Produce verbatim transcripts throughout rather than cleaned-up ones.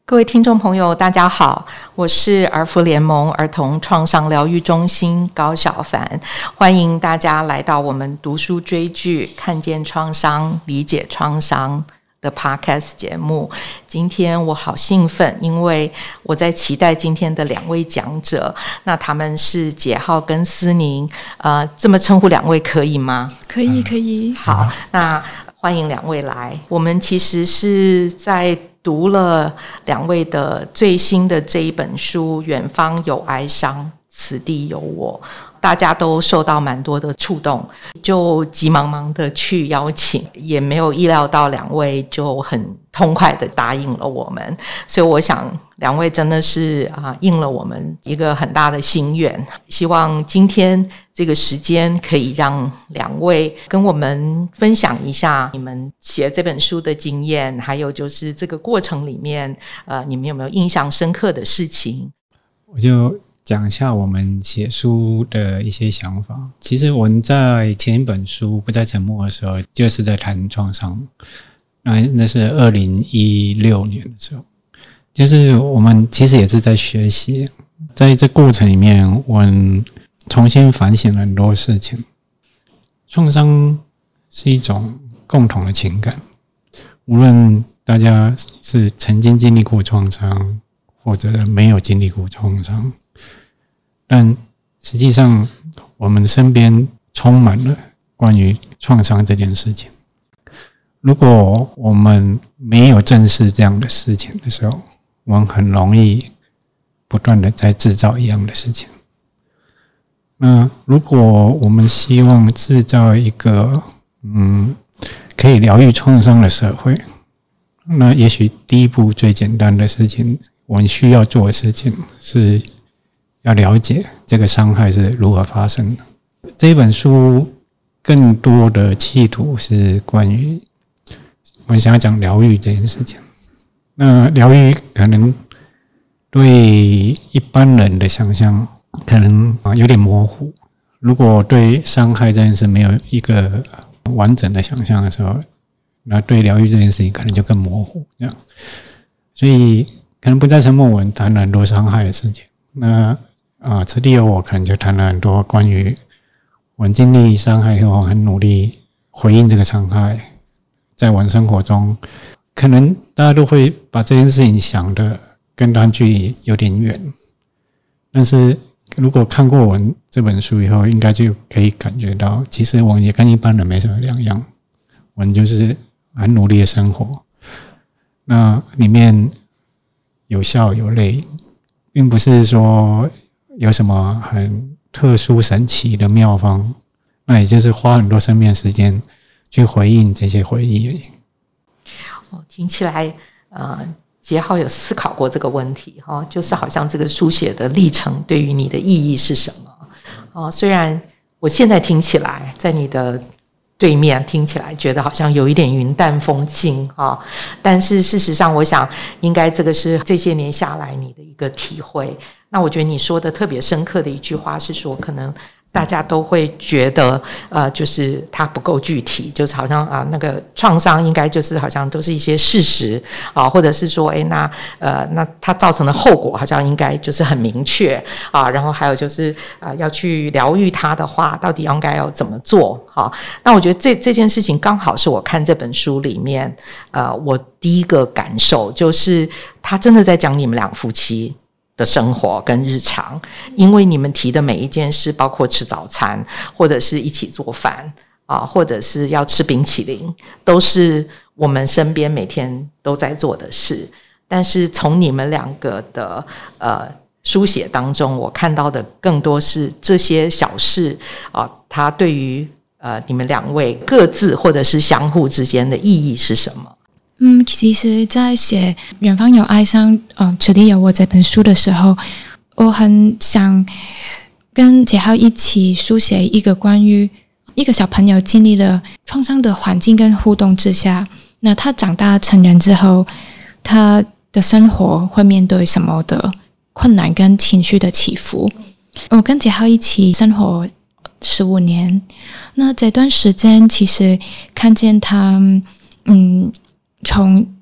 各位听众朋友大家好，我是儿福联盟儿童创伤疗愈中心高小凡，欢迎大家来到我们读书追剧看见创伤理解创伤的 podcast 节目。今天我好兴奋，因为我在期待今天的两位讲者，那他们是杰浩跟思宁，呃，这么称呼两位可以吗？ 可以可以。 好，那欢迎两位来。我们其实是在读了两位的最新的这一本书《远方有哀伤，此地有我》，大家都受到蛮多的触动，就急忙忙的去邀请，也没有意料到两位就很痛快的答应了我们，所以我想两位真的是啊应了我们一个很大的心愿。希望今天这个时间可以让两位跟我们分享一下你们写这本书的经验，还有就是这个过程里面呃你们有没有印象深刻的事情。 我就讲一下我们写书的一些想法。其实我们在前一本书不再沉默的时候就是在谈创伤，那那是二零一六年的时候，就是我们其实也是在学习，在这过程里面我们重新反省了很多事情。创伤是一种共同的情感，无论大家是曾经经历过创伤或者没有经历过创伤，但实际上我们身边充满了关于创伤这件事情。如果我们没有正视这样的事情的时候，我们很容易不断的在制造一样的事情。那如果我们希望制造一个嗯可以疗愈创伤的社会，那也许第一步最简单的事情，我们需要做的事情是要了解这个伤害是如何发生的。这本书更多的企图是关于我们想要讲疗愈这件事情。那疗愈可能对一般人的想象可能有点模糊，如果对伤害这件事没有一个完整的想象的时候，那对疗愈这件事情可能就更模糊这样。所以可能不再沉默我们谈了很多伤害的事情，那啊，此地有我可能就谈了很多关于我们经历伤害后很努力回应这个伤害，在我们生活中可能大家都会把这件事情想的跟它距离有点远，但是如果看过我们这本书以后，应该就可以感觉到其实我们也跟一般人没什么两样，我们就是很努力的生活，那里面有笑有泪，并不是说有什么很特殊神奇的妙方，那也就是花很多生命的时间去回应这些回忆而已。 哦，听起来呃杰浩有思考过这个问题、哦、就是好像这个书写的历程对于你的意义是什么、哦、虽然我现在听起来在你的对面听起来觉得好像有一点云淡风轻、哦、但是事实上我想应该这个是这些年下来你的一个体会。那我觉得你说的特别深刻的一句话是说，可能大家都会觉得呃，就是它不够具体，就是好像啊，那个创伤应该就是好像都是一些事实啊，或者是说哎，那呃那它造成的后果好像应该就是很明确啊，然后还有就是啊要去疗愈它的话到底应该要怎么做。好，那我觉得这这件事情刚好是我看这本书里面呃我第一个感受，就是他真的在讲你们两夫妻的生活跟日常，因为你们提的每一件事，包括吃早餐，或者是一起做饭啊，或者是要吃冰淇淋，都是我们身边每天都在做的事。但是从你们两个的呃书写当中，我看到的更多是这些小事啊，它对于呃你们两位各自或者是相互之间的意义是什么？ 嗯，其实在写《远方有哀伤，呃，此地有我》这本书的时候，我很想跟杰浩一起书写一个关于一个小朋友经历了创伤的环境跟互动之下，那他长大成人之后，他的生活会面对什么的困难跟情绪的起伏。我跟杰浩一起生活十五年，那这段时间其实看见他嗯从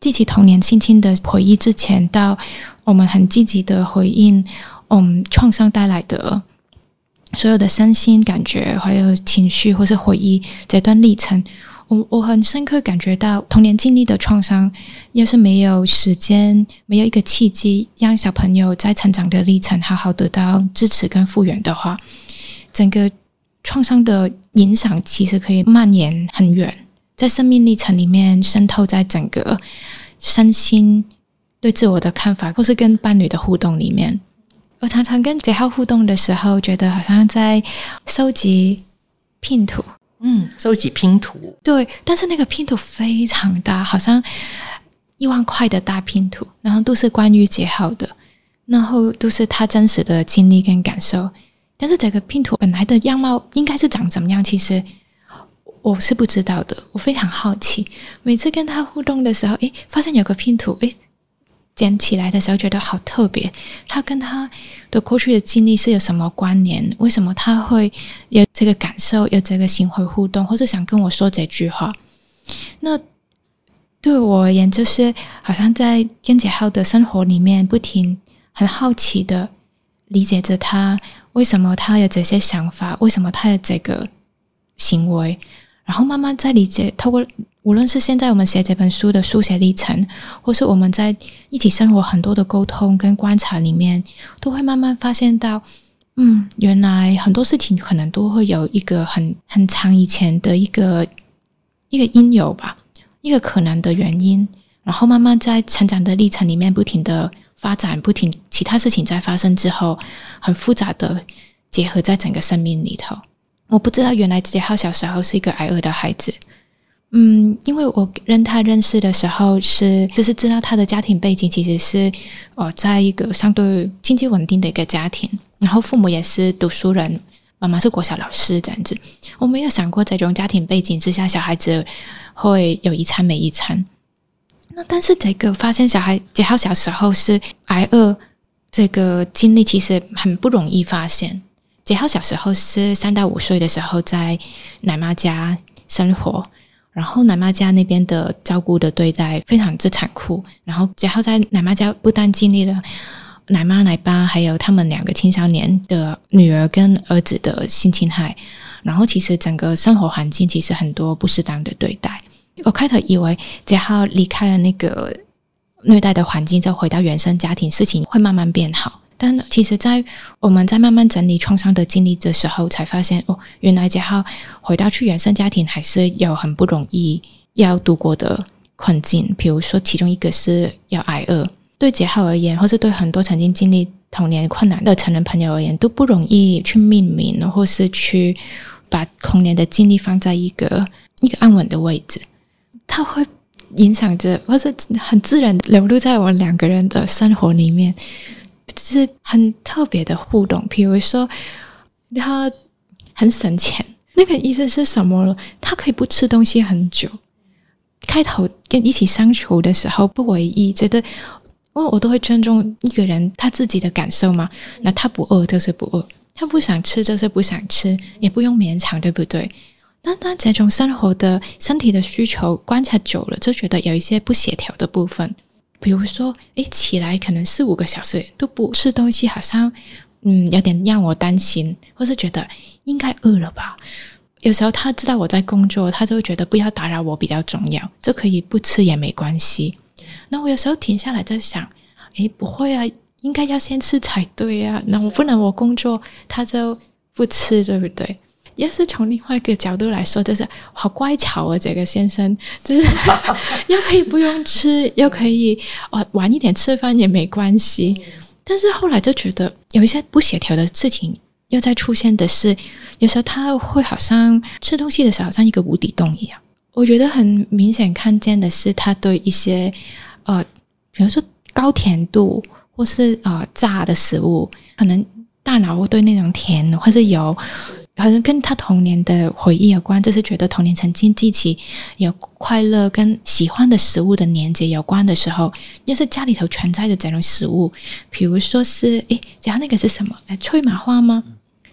记起童年轻轻的回忆之前，到我们很积极的回应嗯创伤带来的所有的身心感觉还有情绪或是回忆这段历程，我我很深刻感觉到童年经历的创伤要是没有时间没有一个契机让小朋友在成长的历程好好得到支持跟复原的话，整个创伤的影响其实可以蔓延很远，在生命历程里面渗透在整个身心对自我的看法或是跟伴侣的互动里面。我常常跟杰浩互动的时候觉得好像在收集拼图， 嗯，收集拼图， 对，但是那个拼图非常大，好像一万块的大拼图，然后都是关于杰浩的，然后都是他真实的经历跟感受，但是整个拼图本来的样貌应该是长怎么样，其实我是不知道的。我非常好奇，每次跟他互动的时候，诶，发现有个拼图，诶，捡起来的时候觉得好特别，他跟他的过去的经历是有什么关联？为什么他会有这个感受，有这个行为互动，或是想跟我说这句话？那对我而言，就是好像在跟杰浩的生活里面，不停很好奇的理解着他，为什么他有这些想法，为什么他有这个行为，然后慢慢再理解，透过无论是现在我们写这本书的书写历程，或是我们在一起生活很多的沟通跟观察里面，都会慢慢发现到，嗯，原来很多事情可能都会有一个很很长以前的一个一个因由吧，一个可能的原因，然后慢慢在成长的历程里面不停的发展，不停其他事情在发生之后，很复杂的结合在整个生命里头。我不知道原来杰浩小时候是一个挨饿的孩子，嗯，因为我跟他认识的时候是就是知道他的家庭背景其实是呃在一个相对经济稳定的一个家庭，然后父母也是读书人，妈妈是国小老师这样子。我没有想过这种家庭背景之下小孩子会有一餐没一餐。那但是这个发现小孩杰浩小时候是挨饿这个经历其实很不容易发现。杰浩小时候是三到五岁的时候在奶妈家生活，然后奶妈家那边的照顾的对待非常之残酷，然后杰浩在奶妈家不但经历了奶妈奶爸还有他们两个青少年的女儿跟儿子的性侵害，然后其实整个生活环境其实很多不适当的对待。我开头以为杰浩离开了那个虐待的环境之后回到原生家庭事情会慢慢变好，但其实在我们在慢慢整理创伤的经历的时候才发现，哦，原来杰浩回到去原生家庭还是有很不容易要度过的困境，比如说其中一个是要挨饿，对杰浩而言或是对很多曾经经历童年困难的成人朋友而言都不容易去命名或是去把童年的经历放在一个一个安稳的位置，它会影响着或是很自然的流露在我们两个人的生活里面，是很特别的互动。比如说他很省钱，那个意思是什么了？他可以不吃东西很久，开头跟一起相处的时候不为意，觉得我我都会尊重一个人他自己的感受嘛，那他不饿就是不饿，他不想吃就是不想吃，也不用勉强，对不对？但当这种生活的身体的需求观察久了，就觉得有一些不协调的部分，比如说诶起来可能四五个小时都不吃东西，好像嗯有点让我担心，或是觉得应该饿了吧。有时候他知道我在工作，他就会觉得不要打扰我比较重要，就可以不吃也没关系。那我有时候停下来在想，诶不会啊，应该要先吃才对啊，那我不能我工作他就不吃，对不对？要是从另外一个角度来说，就是好乖巧啊，这个先生就是又可以不用吃，又可以哦晚一点吃饭也没关系。但是后来就觉得有一些不协调的事情又在出现的是，有时候他会好像吃东西的时候好像一个无底洞一样。我觉得很明显看见的是他对一些呃比如说高甜度或是呃炸的食物，可能大脑会对那种甜或是油好像跟他童年的回忆有关，就是觉得童年曾经记起有快乐跟喜欢的食物的连接有关的时候，要是家里头存在的这种食物，比如说是诶，讲那个是什么？吹麻花吗？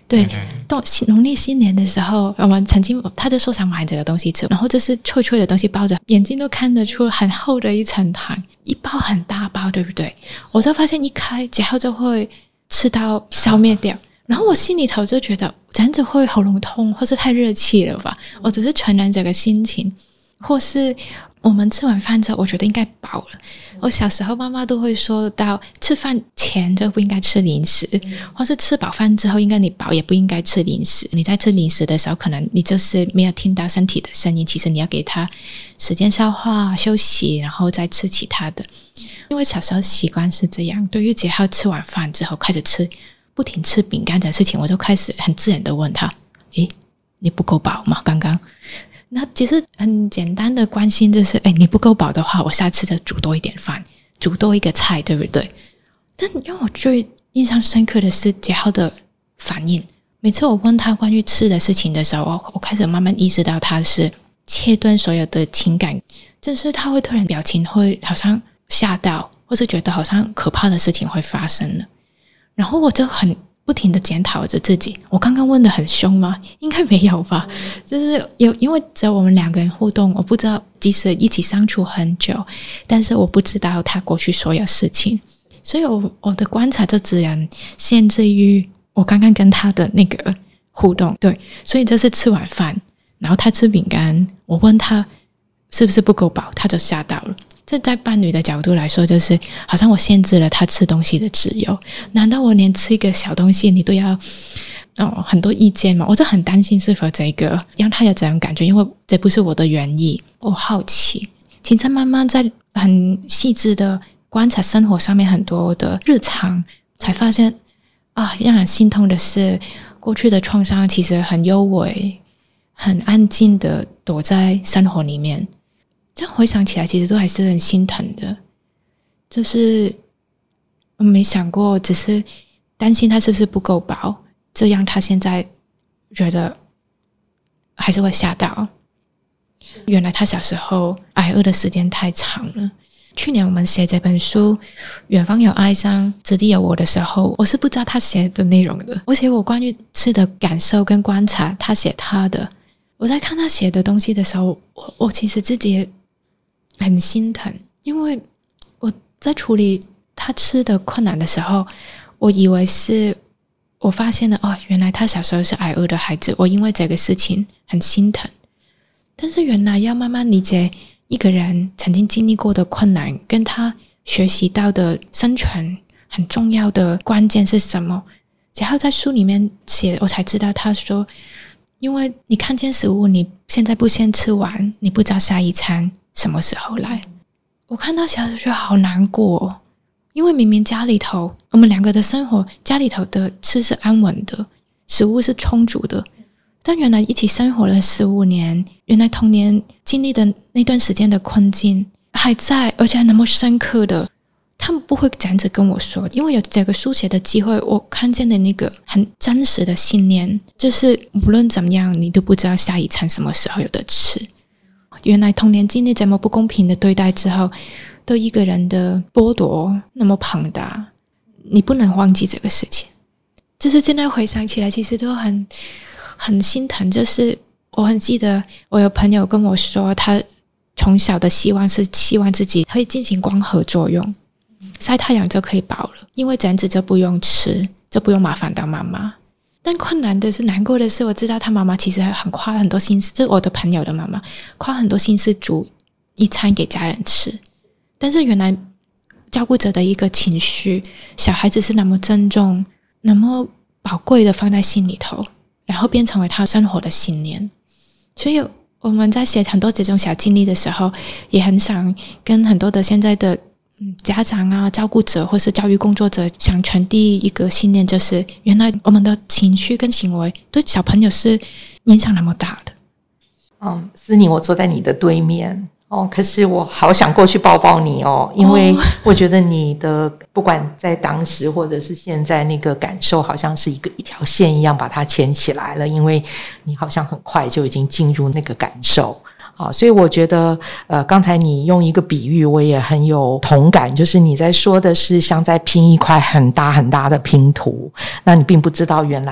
对，到农历新年的时候，我们曾经他就说想买这个东西吃，然后就是脆脆的东西包着，眼睛都看得出很厚的一层糖，一包很大包，对不对？我就发现一开之后就会吃到消灭掉，然后我心里头就觉得这样子会喉咙痛，或是太热气了吧？我只是传染这个心情，或是我们吃完饭之后，我觉得应该饱了。我小时候妈妈都会说到，吃饭前就不应该吃零食，或是吃饱饭之后，应该你饱也不应该吃零食。你在吃零食的时候，可能你就是没有听到身体的声音，其实你要给它时间消化休息，然后再吃其他的。因为小时候习惯是这样，对于杰浩吃完饭之后开始吃，不停吃饼干这件事情，我就开始很自然的问他：诶，你不够饱吗？刚刚？那其实很简单的关心就是，哎，你不够饱的话，我下次再煮多一点饭，煮多一个菜，对不对？但让我最印象深刻的是杰浩的反应。每次我问他关于吃的事情的时候，我我开始慢慢意识到他是切断所有的情感，就是他会突然表情会好像吓到，或是觉得好像可怕的事情会发生了。然后我就很不停的检讨着自己，我刚刚问的很凶吗？应该没有吧，就是有，因为只有我们两个人互动，我不知道即使一起相处很久，但是我不知道他过去所有事情，所以我我的观察就只能限制于我刚刚跟他的那个互动。对，所以这是吃完饭，然后他吃饼干，我问他是不是不够饱，他就吓到了。这在伴侣的角度来说，就是好像我限制了他吃东西的自由。难道我连吃一个小东西你都要、哦、很多意见吗？我就很担心是否这个让他有这种感觉，因为这不是我的原意。我好奇其实慢慢在很细致的观察生活上面很多的日常，才发现啊，让人心痛的是过去的创伤其实很幽微，很安静的躲在生活里面。这样回想起来其实都还是很心疼的，就是我没想过只是担心他是不是不够饱，这样他现在觉得还是会吓到。原来他小时候挨饿的时间太长了。去年我们写这本书远方有哀伤，此地有我的时候，我是不知道他写的内容的，我写我关于吃的感受跟观察，他写他的。我在看他写的东西的时候，我, 我其实自己也很心疼，因为我在处理他吃的困难的时候，我以为是我发现了哦，原来他小时候是挨饿的孩子，我因为这个事情很心疼。但是原来要慢慢理解一个人曾经经历过的困难，跟他学习到的生存很重要的关键是什么。然后在书里面写，我才知道他说，因为你看见食物，你现在不先吃完，你不知道下一餐什么时候来。我看到小时候觉得好难过、哦、因为明明家里头我们两个的生活，家里头的吃是安稳的，食物是充足的，但原来一起生活了十五年，原来童年经历的那段时间的困境还在，而且还那么深刻的，他们不会这样子跟我说。因为有这个书写的机会，我看见的那个很真实的信念，就是无论怎么样你都不知道下一餐什么时候有得吃。原来童年经历这么不公平的对待之后，对一个人的剥夺那么庞大，你不能忘记这个事情。就是现在回想起来其实都很很心疼。就是我很记得我有朋友跟我说，他从小的希望是希望自己可以进行光合作用，晒太阳就可以饱了，因为这样子就不用吃，就不用麻烦到妈妈。但困难的是，难过的是，我知道他妈妈其实很花很多心思，这是我的朋友的妈妈，花很多心思煮一餐给家人吃。但是原来照顾者的一个情绪，小孩子是那么珍重，那么宝贵的放在心里头，然后变成为他生活的信念。所以我们在写很多这种小经历的时候，也很想跟很多的现在的家长啊、照顾者或是教育工作者想传递一个信念，就是原来我们的情绪跟行为对小朋友是影响那么大的。 嗯，思妮，我坐在你的对面哦，可是我好想过去抱抱你哦，因为我觉得你的不管在当时或者是现在那个感受，好像是一个一条线一样把它牵起来了，因为你好像很快就已经进入那个感受。好，所以我觉得呃，刚才你用一个比喻我也很有同感，就是你在说的是像在拼一块很大很大的拼图，那你并不知道原来的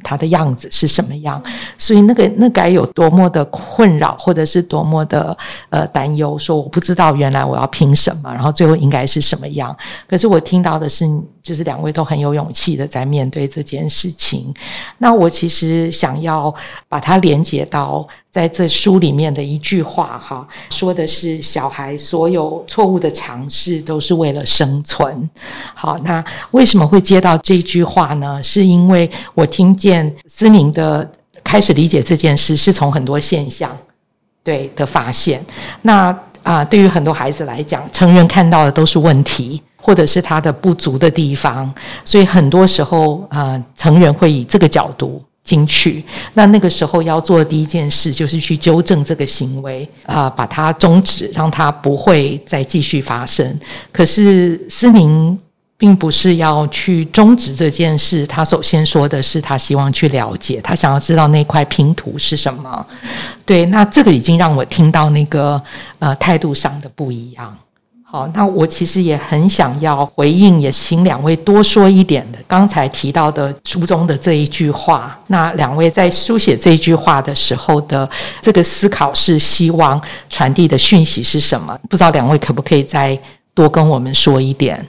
他的样子是什么样，所以那个那该有多么的困扰，或者是多么的呃担忧，说我不知道原来我要拼什么，然后最后应该是什么样。可是我听到的是，就是两位都很有勇气的在面对这件事情。那我其实想要把它连接到在这书里面的一句话哈，说的是小孩所有错误的尝试都是为了生存。好，那为什么会接到这句话呢？是因为我听见思宁的开始理解这件事是从很多现象对的发现。那啊、呃，对于很多孩子来讲，成人看到的都是问题，或者是他的不足的地方，所以很多时候呃，成人会以这个角度进去。那那个时候要做的第一件事就是去纠正这个行为啊、呃，把它终止，让它不会再继续发生。可是思宁并不是要去终止这件事，他首先说的是他希望去了解，他想要知道那块拼图是什么。对，那这个已经让我听到那个呃态度上的不一样。好，那我其实也很想要回应，也请两位多说一点的刚才提到的书中的这一句话。那两位在书写这一句话的时候的这个思考是希望传递的讯息是什么？不知道两位可不可以再多跟我们说一点？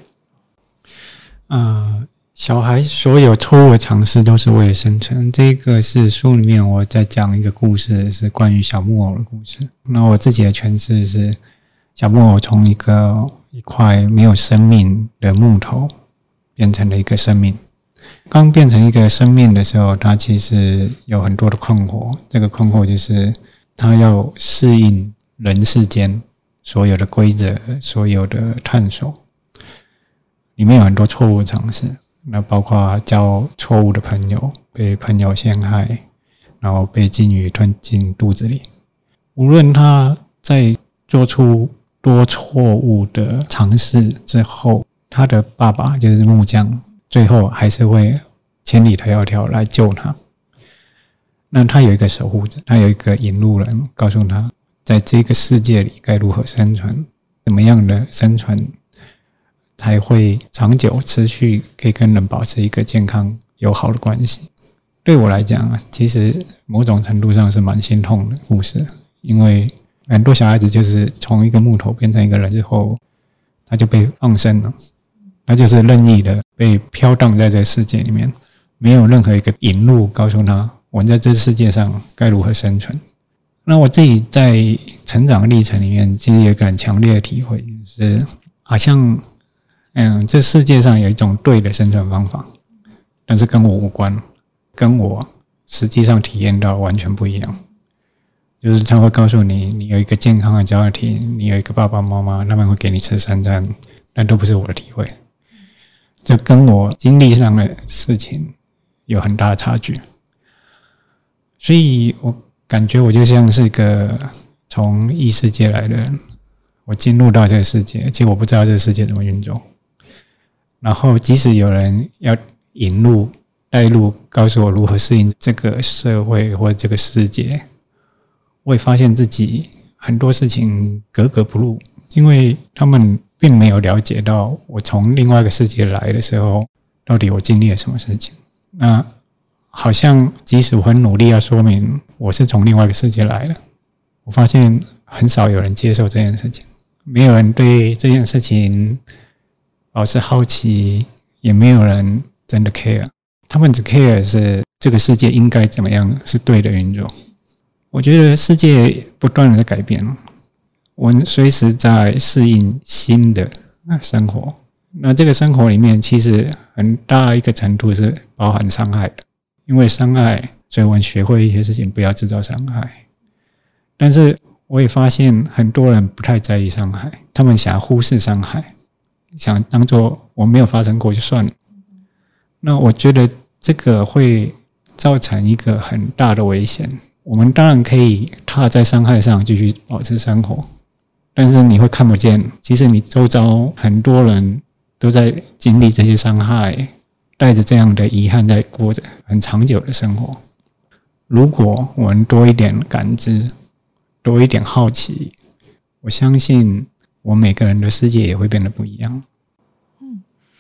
呃，小孩所有错误的尝试都是为了生存。这个是书里面我在讲一个故事，是关于小木偶的故事。那我自己的诠释是，小木偶从一个一块没有生命的木头变成了一个生命。刚变成一个生命的时候，他其实有很多的困惑。这个困惑就是他要适应人世间所有的规则，所有的探索。里面有很多错误的尝试，那包括交错误的朋友，被朋友陷害，然后被鲸鱼吞进肚子里。无论他在做出多错误的尝试之后，他的爸爸就是木匠，最后还是会千里迢迢来救他。那他有一个守护者，他有一个引路人，告诉他在这个世界里该如何生存，怎么样的生存才会长久持续，可以跟人保持一个健康友好的关系。对我来讲，其实某种程度上是蛮心痛的故事，因为很多小孩子就是从一个木头变成一个人之后，他就被放生了，他就是任意的被飘荡在这个世界里面，没有任何一个引路告诉他我在这世界上该如何生存。那我自己在成长历程里面，其实有一个很强烈的体会，就是好像嗯，这世界上有一种对的生存方法，但是跟我无关，跟我实际上体验到完全不一样。就是他会告诉你，你有一个健康的家庭，你有一个爸爸妈妈，他们会给你吃三餐，但都不是我的体会。这跟我经历上的事情有很大的差距。所以我感觉我就像是一个从异世界来的人，我进入到这个世界，其实我不知道这个世界怎么运作。然后即使有人要引路带路告诉我如何适应这个社会或者这个世界，我也发现自己很多事情格格不入，因为他们并没有了解到我从另外一个世界来的时候到底我经历了什么事情。那好像即使我很努力要说明我是从另外一个世界来的，我发现很少有人接受这件事情，没有人对这件事情保持好奇，也没有人真的 care。 他们只 care 是这个世界应该怎么样是对的运作。我觉得世界不断的在改变，我们随时在适应新的生活。那这个生活里面其实很大一个程度是包含伤害的，因为伤害，所以我们学会一些事情不要制造伤害。但是我也发现很多人不太在意伤害，他们想要忽视伤害，想当作我没有发生过就算了。那我觉得这个会造成一个很大的危险。我们当然可以踏在伤害上继续保持生活，但是你会看不见，其实你周遭很多人都在经历这些伤害，带着这样的遗憾在过着很长久的生活。如果我们多一点感知，多一点好奇，我相信我每个人的世界也会变得不一样。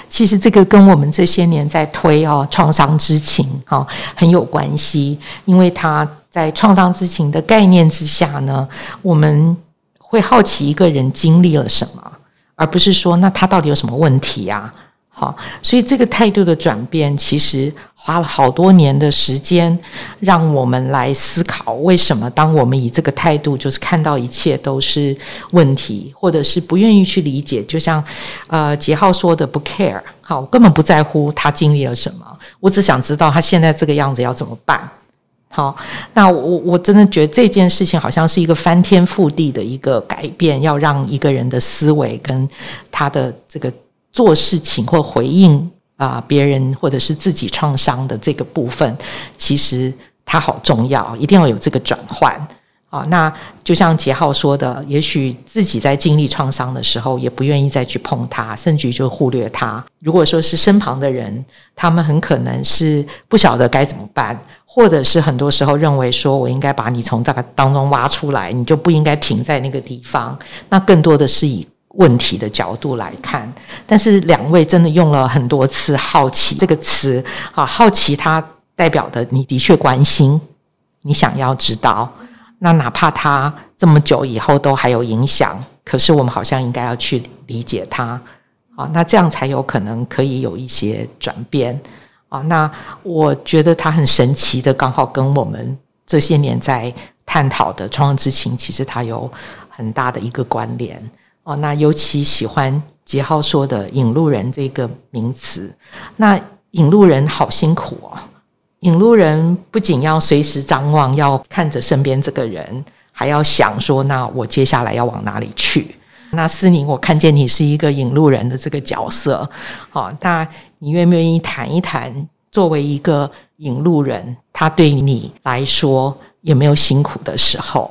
其实这个跟我们这些年在推哦创伤知情哦很有关系，因为他在创伤知情的概念之下呢，我们会好奇一个人经历了什么，而不是说那他到底有什么问题啊？好，所以这个态度的转变，其实花了好多年的时间，让我们来思考为什么当我们以这个态度，就是看到一切都是问题，或者是不愿意去理解，就像呃杰浩说的不 care， 好，我根本不在乎他经历了什么，我只想知道他现在这个样子要怎么办。好，那我我真的觉得这件事情好像是一个翻天覆地的一个改变，要让一个人的思维跟他的这个做事情或回应啊、呃、别人或者是自己创伤的这个部分，其实它好重要，一定要有这个转换啊。那就像杰浩说的，也许自己在经历创伤的时候，也不愿意再去碰它，甚至于就忽略它。如果说是身旁的人，他们很可能是不晓得该怎么办，或者是很多时候认为说我应该把你从这个当中挖出来，你就不应该停在那个地方。那更多的是以问题的角度来看，但是两位真的用了很多次好奇这个词啊，好奇它代表的你的确关心，你想要知道，那哪怕它这么久以后都还有影响，可是我们好像应该要去理解它啊，那这样才有可能可以有一些转变啊。那我觉得它很神奇的，刚好跟我们这些年在探讨的创伤知情，其实它有很大的一个关联。哦，那尤其喜欢杰浩说的引路人这个名词。那引路人好辛苦哦，引路人不仅要随时张望，要看着身边这个人，还要想说那我接下来要往哪里去。那思宁，我看见你是一个引路人的这个角色，好，那你愿不愿意谈一谈，作为一个引路人，他对你来说有没有辛苦的时候？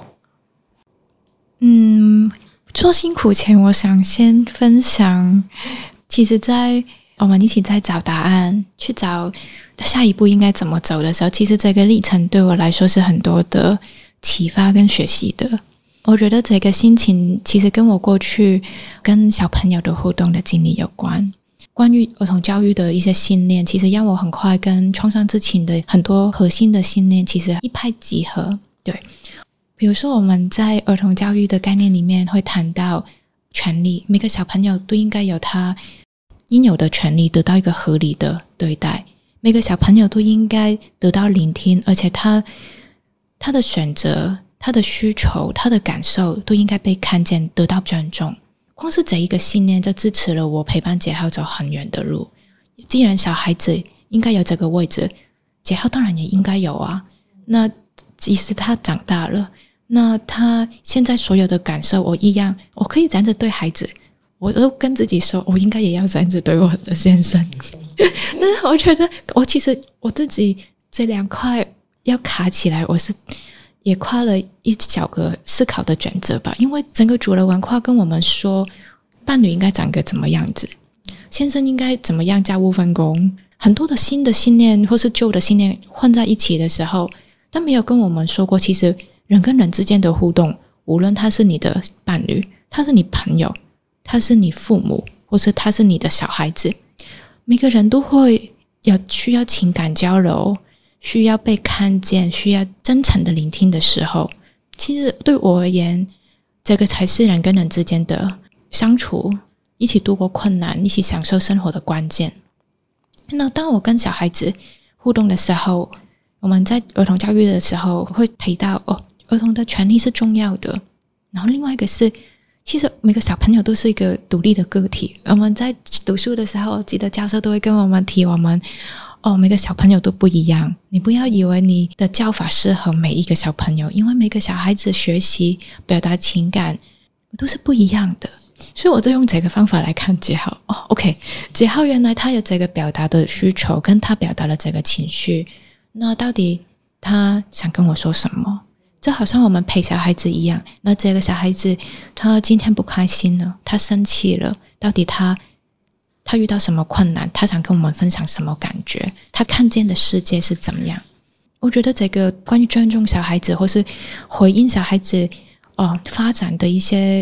嗯，说辛苦前，我想先分享，其实在我们一起在找答案，去找下一步应该怎么走的时候，其实这个历程对我来说是很多的启发跟学习的。我觉得这个心情其实跟我过去跟小朋友的互动的经历有关。关于儿童教育的一些信念，其实让我很快跟创伤知情的很多核心的信念其实一拍即合。对，比如说我们在儿童教育的概念里面会谈到权利，每个小朋友都应该有他应有的权利，得到一个合理的对待，每个小朋友都应该得到聆听，而且他他的选择、他的需求、他的感受都应该被看见，得到尊重。光是这一个信念就支持了我陪伴杰浩走很远的路。既然小孩子应该有这个位置，杰浩当然也应该有啊。那即使他长大了，那他现在所有的感受我一样，我可以这样子对孩子，我都跟自己说我应该也要这样子对我的先生。但是我觉得我其实我自己这两块要卡起来，我是也跨了一小个思考的选择吧。因为整个主流文化跟我们说伴侣应该长个怎么样子，先生应该怎么样家务分工，很多的新的信念或是旧的信念混在一起的时候，但没有跟我们说过其实人跟人之间的互动，无论他是你的伴侣，他是你朋友，他是你父母，或是他是你的小孩子，每个人都会有需要情感交流，需要被看见，需要真诚的聆听的时候，其实对我而言，这个才是人跟人之间的相处，一起度过困难，一起享受生活的关键。那当我跟小孩子互动的时候，我们在儿童教育的时候会提到哦，儿童的权利是重要的。然后另外一个是，其实每个小朋友都是一个独立的个体。我们在读书的时候，记得教授都会跟我们提，我们哦，每个小朋友都不一样，你不要以为你的教法适合每一个小朋友，因为每个小孩子学习表达情感都是不一样的。所以我就用这个方法来看杰浩。哦 OK， 杰浩原来他有这个表达的需求，跟他表达了这个情绪，那到底他想跟我说什么？就好像我们陪小孩子一样，那这个小孩子他今天不开心了，他生气了，到底他他遇到什么困难，他想跟我们分享什么感觉，他看见的世界是怎么样。我觉得这个关于尊重小孩子或是回应小孩子、哦、发展的一些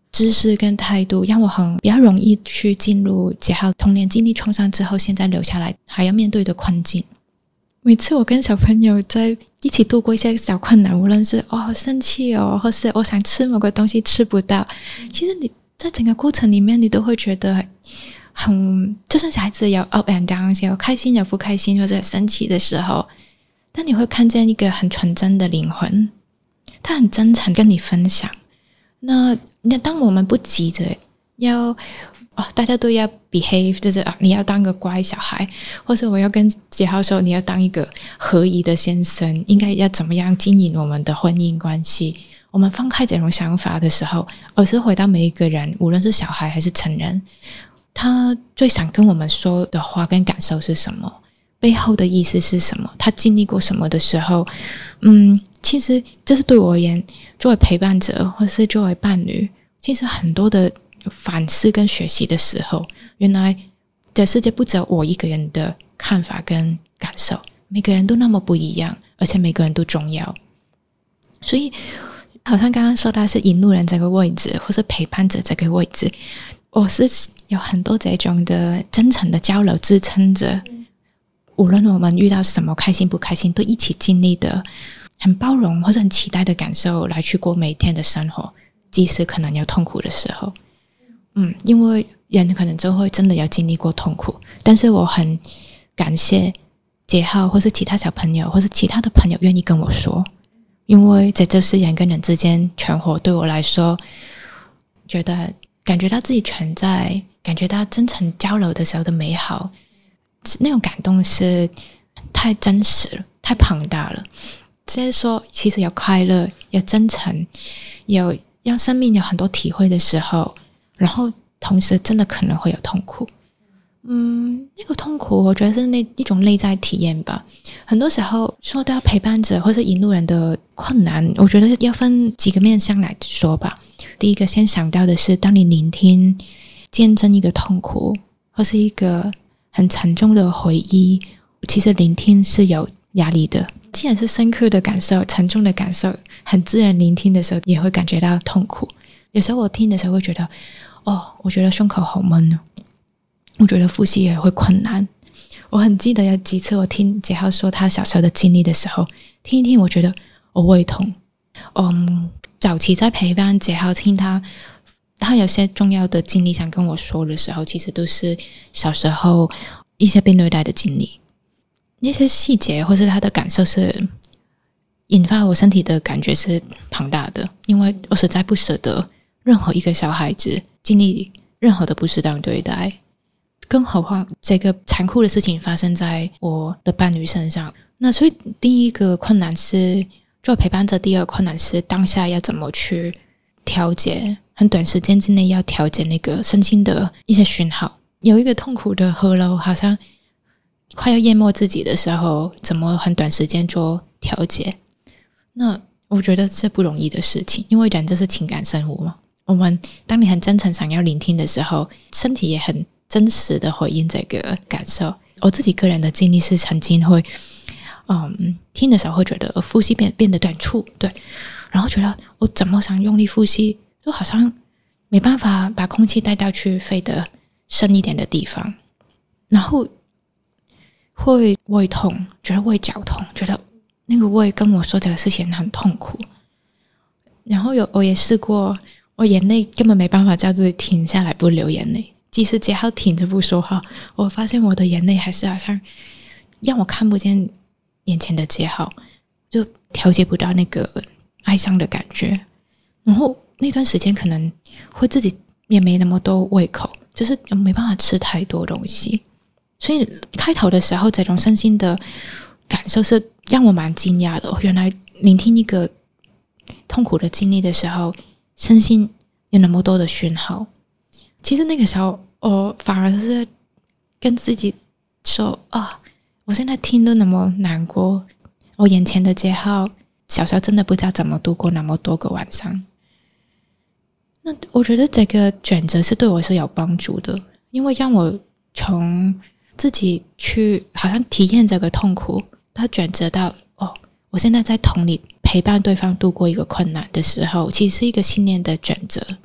知识跟态度，让我很比较容易去进入杰浩童年经历创伤之后现在留下来还要面对的困境。每次我跟小朋友在一起度过一些小困难，无论是哦生气哦，或是我想吃某个东西吃不到，其实你在整个过程里面你都会觉得很，就算小孩子有 up and down， 有开心有不开心或者生气的时候，但你会看见一个很纯真的灵魂，他很真诚跟你分享。那当我们不急着要哦，大家都要 behave， 就是啊，你要当个乖小孩，或者我要跟杰浩说你要当一个合宜的先生，应该要怎么样经营我们的婚姻关系，我们放开这种想法的时候，而是回到每一个人，无论是小孩还是成人，他最想跟我们说的话跟感受是什么，背后的意思是什么，他经历过什么的时候，嗯，其实这是对我而言，作为陪伴者或是作为伴侣，其实很多的反思跟学习的时候，原来这世界不只有我一个人的看法跟感受，每个人都那么不一样，而且每个人都重要。所以好像刚刚说到是引路人这个位置，或是陪伴者这个位置，我是有很多这种的真诚的交流支撑着，无论我们遇到什么开心不开心都一起经历的很包容或者很期待的感受来去过每天的生活，即使可能有痛苦的时候。嗯，因为人可能就会真的要经历过痛苦，但是我很感谢杰浩或是其他小朋友或是其他的朋友愿意跟我说，因为在这是人跟人之间存活，对我来说觉得感觉到自己存在，感觉到真诚交流的时候的美好，那种感动是太真实了，太庞大了。直接说其实有快乐，有真诚，有让生命有很多体会的时候，然后同时真的可能会有痛苦。嗯，那个痛苦我觉得是那一种内在体验吧。很多时候说到陪伴者或是引路人的困难，我觉得要分几个面向来说吧。第一个先想到的是，当你聆听见证一个痛苦或是一个很沉重的回忆，其实聆听是有压力的。既然是深刻的感受，沉重的感受，很自然聆听的时候也会感觉到痛苦。有时候我听的时候会觉得，哦，我觉得胸口好闷哦，我觉得呼吸也会困难。我很记得有几次我听杰浩说他小时候的经历的时候，听一听我觉得我胃痛。嗯，早期在陪伴杰浩听他他有些重要的经历想跟我说的时候，其实都是小时候一些被虐待的经历，那些细节或是他的感受是引发我身体的感觉是庞大的，因为我实在不舍得任何一个小孩子经历任何的不适当对待，更何况这个残酷的事情发生在我的伴侣身上。那所以第一个困难是做陪伴者，第二个困难是当下要怎么去调节，很短时间之内要调节那个身心的一些讯号。有一个痛苦的河流好像快要淹没自己的时候，怎么很短时间做调节，那我觉得是不容易的事情。因为人就是情感生物嘛，我们当你很真诚想要聆听的时候，身体也很真实的回应这个感受。我自己个人的经历是曾经会嗯，听的时候会觉得呼吸变变得短促，对，然后觉得我怎么想用力呼吸就好像没办法把空气带到去肺的深一点的地方，然后会胃痛，觉得胃绞痛，觉得那个胃跟我说这个事情很痛苦。然后有我也试过，我眼泪根本没办法叫自己停下来不流眼泪，即使杰浩停着不说话，我发现我的眼泪还是好像让我看不见眼前的杰浩，就调节不到那个哀伤的感觉。然后那段时间可能会自己也没那么多胃口，就是没办法吃太多东西。所以开头的时候这种身心的感受是让我蛮惊讶的，原来聆听一个痛苦的经历的时候，身心有那么多的讯号。其实那个时候我反而是跟自己说啊、哦，我现在听都那么难过，我眼前的杰浩小时候真的不知道怎么度过那么多个晚上。那我觉得这个选择是对我是有帮助的，因为让我从自己去好像体验这个痛苦，他转折到哦，我现在在同理陪伴对方度过一个困难的时候，其实是一个信念的转折。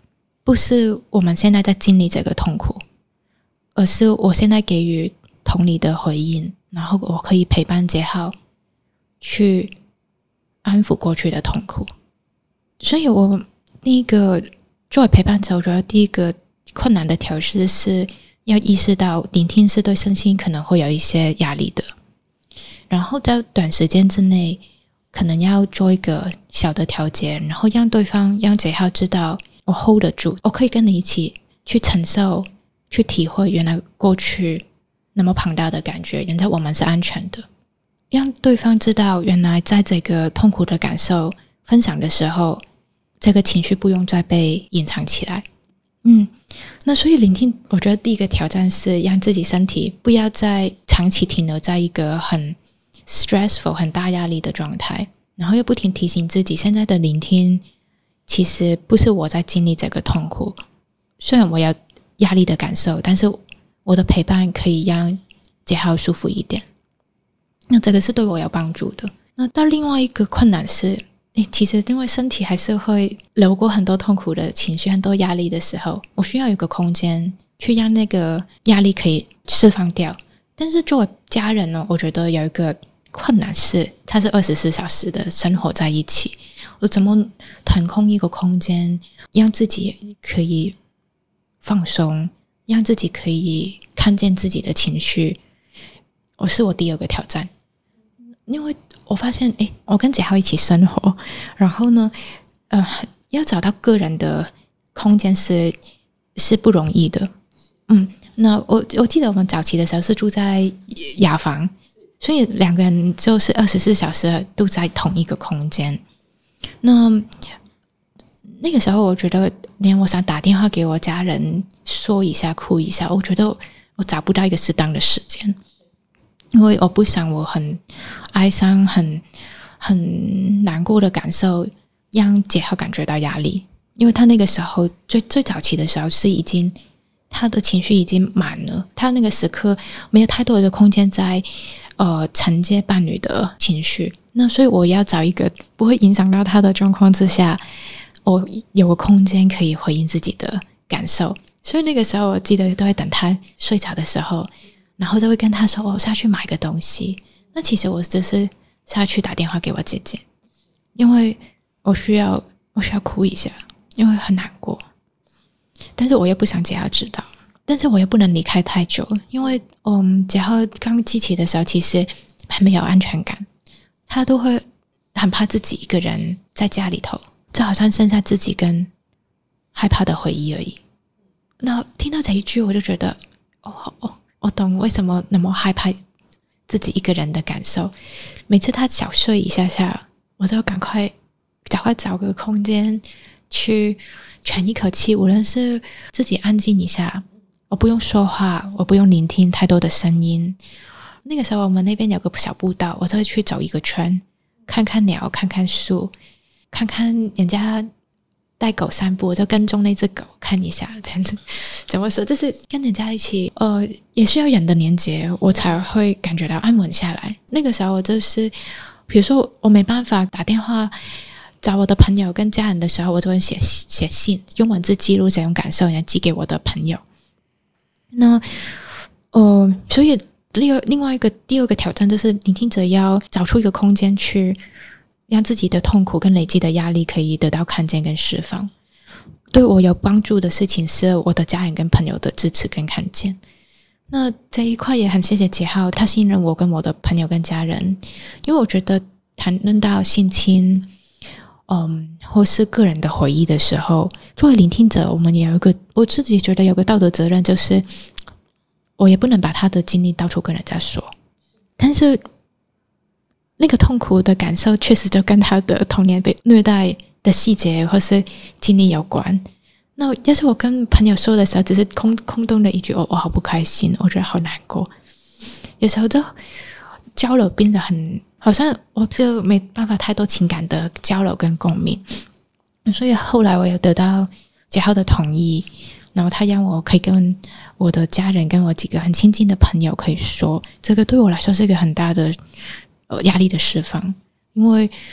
不是我们现在在经历这个痛苦，而是我现在给予同理的回应，然后我可以陪伴杰浩去安抚过去的痛苦。所以我第一个作为陪伴者，我觉得第一个困难的调试是要意识到聆听是对身心可能会有一些压力的，然后在短时间之内可能要做一个小的调节，然后让对方让杰浩知道我 hold 得住，我可以跟你一起去承受，去体会原来过去那么庞大的感觉，原来我们是安全的，让对方知道原来在这个痛苦的感受分享的时候，这个情绪不用再被隐藏起来。嗯，那所以聆听，我觉得第一个挑战是让自己身体不要再长期停留在一个很 stressful 很大压力的状态，然后又不停提醒自己现在的聆听其实不是我在经历这个痛苦，虽然我有压力的感受，但是我的陪伴可以让杰浩舒服一点，那这个是对我有帮助的。那到另外一个困难是诶，其实因为身体还是会流过很多痛苦的情绪，很多压力的时候，我需要有个空间去让那个压力可以释放掉。但是作为家人呢，我觉得有一个困难是它是二十四小时的生活在一起，我怎么腾空一个空间让自己可以放松，让自己可以看见自己的情绪，我是我第二个挑战。因为我发现诶，我跟杰浩一起生活，然后呢呃，要找到个人的空间是是不容易的。嗯，那我我记得我们早期的时候是住在雅房，所以两个人就是二十四小时都在同一个空间。那那个时候我觉得连我想打电话给我家人说一下哭一下，我觉得我找不到一个适当的时间，因为我不想我很哀伤很很难过的感受让杰浩感觉到压力，因为他那个时候最最早期的时候是已经他的情绪已经满了，他那个时刻没有太多的空间在呃承接伴侣的情绪，那所以我要找一个不会影响到他的状况之下，我有个空间可以回应自己的感受。所以那个时候我记得都会等他睡着的时候，然后就会跟他说我下去买个东西，那其实我只是下去打电话给我姐姐，因为我需要我需要哭一下，因为很难过，但是我又不想杰浩知道，但是我又不能离开太久，因为嗯，杰浩刚记起的时候其实还没有安全感，他都会很怕自己一个人在家里头，就好像剩下自己跟害怕的回忆而已。那听到这一句我就觉得哦哦，我懂为什么那么害怕自己一个人的感受。每次他小睡一下下，我就赶快赶快找个空间去喘一口气，无论是自己安静一下，我不用说话，我不用聆听太多的声音。那个时候我们那边有个小步道，我就会去走一个圈，看看鸟，看看树，看看人家带狗散步，我就跟踪那只狗看一下，这样子怎么说，就是跟人家一起呃，也需要人的连接，我才会感觉到安稳下来。那个时候我就是比如说我没办法打电话找我的朋友跟家人的时候，我就会写写信，用文字记录这种感受，然后寄给我的朋友。那呃，所以另另外一个第二个挑战就是聆听者要找出一个空间去让自己的痛苦跟累积的压力可以得到看见跟释放。对我有帮助的事情是我的家人跟朋友的支持跟看见。那这一块也很谢谢杰浩，他信任我跟我的朋友跟家人，因为我觉得谈论到性侵嗯，或是个人的回忆的时候，作为聆听者我们也有一个，我自己觉得有个道德责任，就是我也不能把他的经历到处跟人家说，但是那个痛苦的感受确实就跟他的童年被虐待的细节或是经历有关。那要是我跟朋友说的时候只是空空洞的一句哦，我好不开心，我觉得好难过，有时候就交流变得很好像我就没办法太多情感的交流跟共鸣。所以后来我有得到杰浩的同意，然后他让我可以跟我的家人跟我几个很亲近的朋友可以说，这个对我来说是一个很大的呃压力的释放。因为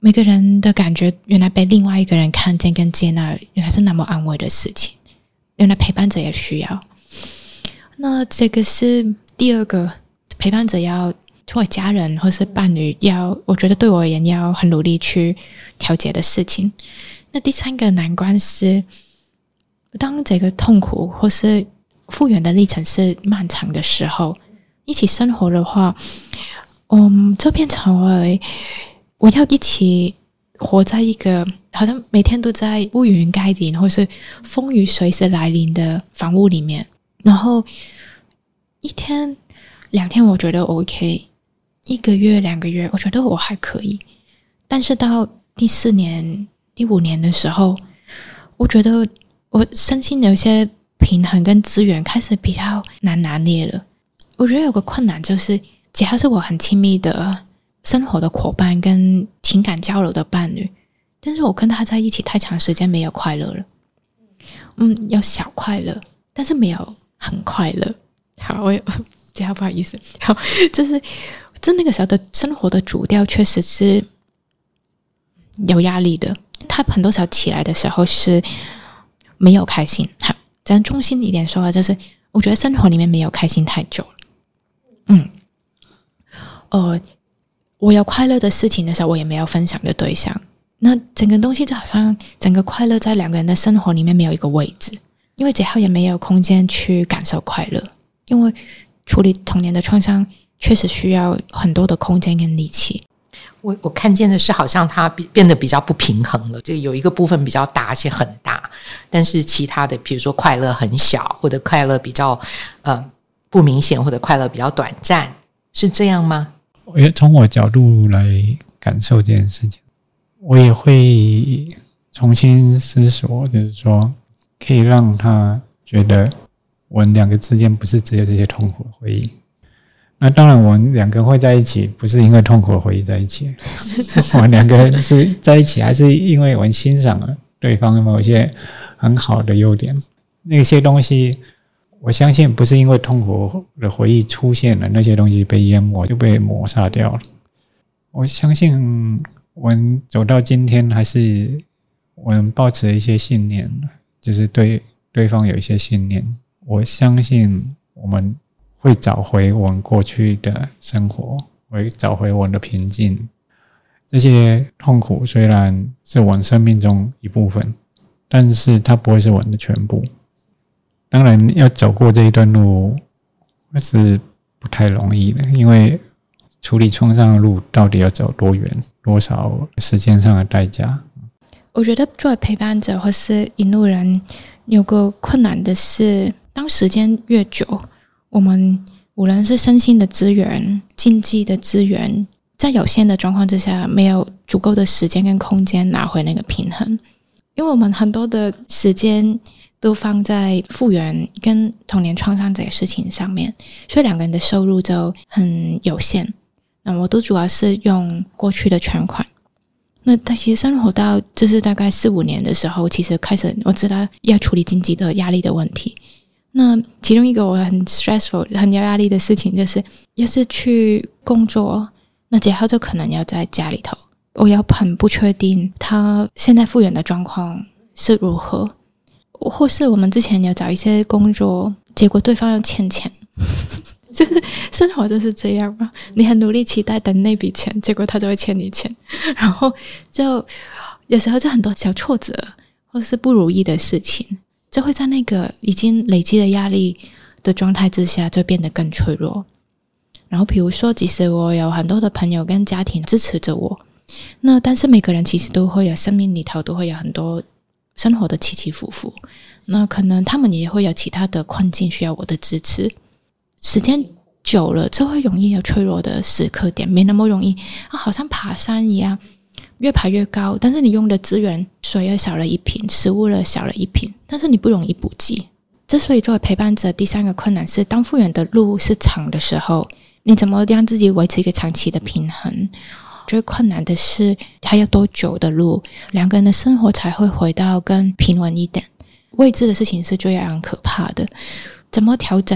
每个人的感觉原来被另外一个人看见跟接纳，原来是那么安慰的事情，原来陪伴者也需要。那这个是第二个，陪伴者要作为家人或是伴侣要，我觉得对我而言要很努力去调节的事情。那第三个难关是，当这个痛苦或是复原的历程是漫长的时候，一起生活的话，嗯，就变成为我要一起活在一个好像每天都在乌云盖顶或是风雨随时来临的房屋里面，然后一天两天我觉得 OK， 一个月两个月我觉得我还可以，但是到第四年第五年的时候，我觉得我身心有一些平衡跟资源开始比较难拿捏了。我觉得有个困难就是，只要是我很亲密的生活的伙伴跟情感交流的伴侣，但是我跟他在一起太长时间没有快乐了。嗯，有小快乐，但是没有很快乐。好，我有这样不好意思。好，就是在那个时候的生活的主调确实是有压力的。他很多时候起来的时候是没有开心。好，咱中心一点说，就是我觉得生活里面没有开心太久了。嗯，呃，我有快乐的事情的时候，我也没有分享的对象。那整个东西就好像整个快乐在两个人的生活里面没有一个位置，因为杰浩也没有空间去感受快乐，因为处理童年的创伤确实需要很多的空间跟力气。 我我看见的是，好像它变得比较不平衡了。这有一个部分比较大，而且很大，但是其他的，比如说快乐很小，或者快乐比较呃不明显，或者快乐比较短暂，是这样吗？ 我也从我角度来感受这件事情，我也会重新思索，就是说，可以让他觉得我们两个之间不是只有这些痛苦的回忆。那当然我们两个会在一起不是因为痛苦的回忆在一起我们两个人是在一起还是因为我们欣赏了对方某些很好的优点，那些东西我相信不是因为痛苦的回忆出现了，那些东西被淹没就被抹杀掉了。我相信我们走到今天还是我们抱持了一些信念，就是对对方有一些信念，我相信我们会找回我们过去的生活，会找回我们的平静。这些痛苦虽然是我们生命中一部分，但是它不会是我们的全部。当然要走过这一段路是不太容易的，因为处理创伤的路到底要走多远，多少时间上的代价。 我觉得作为陪伴者或是引路人，有个困难的是，当时间越久，我们无论是身心的资源、经济的资源，在有限的状况之下，没有足够的时间跟空间拿回那个平衡。因为我们很多的时间都放在复原跟童年创伤这个事情上面，所以两个人的收入就很有限。那我都主要是用过去的存款。那其实生活到就是大概四五年的时候，其实开始我知道要处理经济的压力的问题。那其中一个我很 stressful 很有压力的事情，就是要是去工作，那杰浩就可能要在家里头，我要很不确定他现在复原的状况是如何，或是我们之前有找一些工作，结果对方要欠钱就是生活就是这样嘛，你很努力期待等那笔钱，结果他就会欠你钱，然后就有时候就很多小挫折或是不如意的事情，就会在那个已经累积的压力的状态之下就变得更脆弱。然后比如说即使我有很多的朋友跟家庭支持着我，那但是每个人其实都会有生命里头都会有很多生活的起起伏伏，那可能他们也会有其他的困境需要我的支持。时间久了就会容易有脆弱的时刻点，没那么容易、啊、好像爬山一样越爬越高，但是你用的资源水又少了一瓶，食物了少了一瓶，但是你不容易补给。之所以作为陪伴者，第三个困难是当复原的路是长的时候，你怎么让自己维持一个长期的平衡。最困难的是还有多久的路，两个人的生活才会回到更平稳一点。未知的事情是最让人可怕的，怎么调整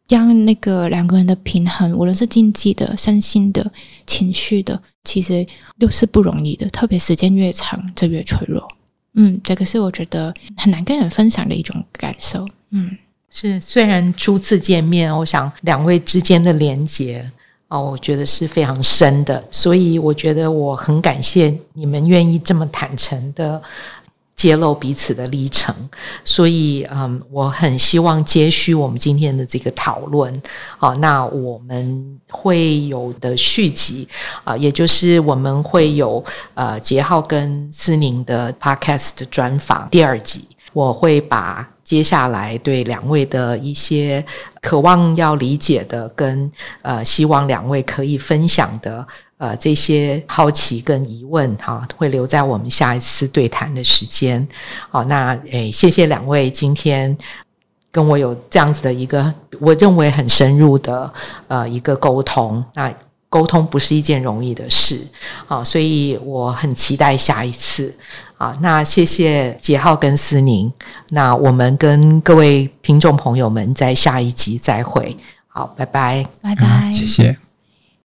让那个两个人的平衡，无论是经济的、身心的、情绪的，其实都是不容易的，特别时间越长就越脆弱。嗯，这个是我觉得很难跟人分享的一种感受。嗯， 是，虽然初次见面，我想两位之间的连结哦，我觉得是非常深的，所以我觉得我很感谢你们愿意这么坦诚的揭露彼此的历程，所以嗯，我很希望接续我们今天的这个讨论啊，那我们会有的续集啊，也就是我们会有呃杰浩跟思宁的 podcast 专访第二集，我会把接下来对两位的一些渴望要理解的跟呃希望两位可以分享的呃，这些好奇跟疑问哈，会留在我们下一次对谈的时间。好，那诶，谢谢两位今天跟我有这样子的一个我认为很深入的呃一个沟通。那沟通不是一件容易的事啊，所以我很期待下一次啊。那谢谢杰浩跟思宁，那我们跟各位听众朋友们在下一集再会。好，拜拜， 拜拜， 谢谢。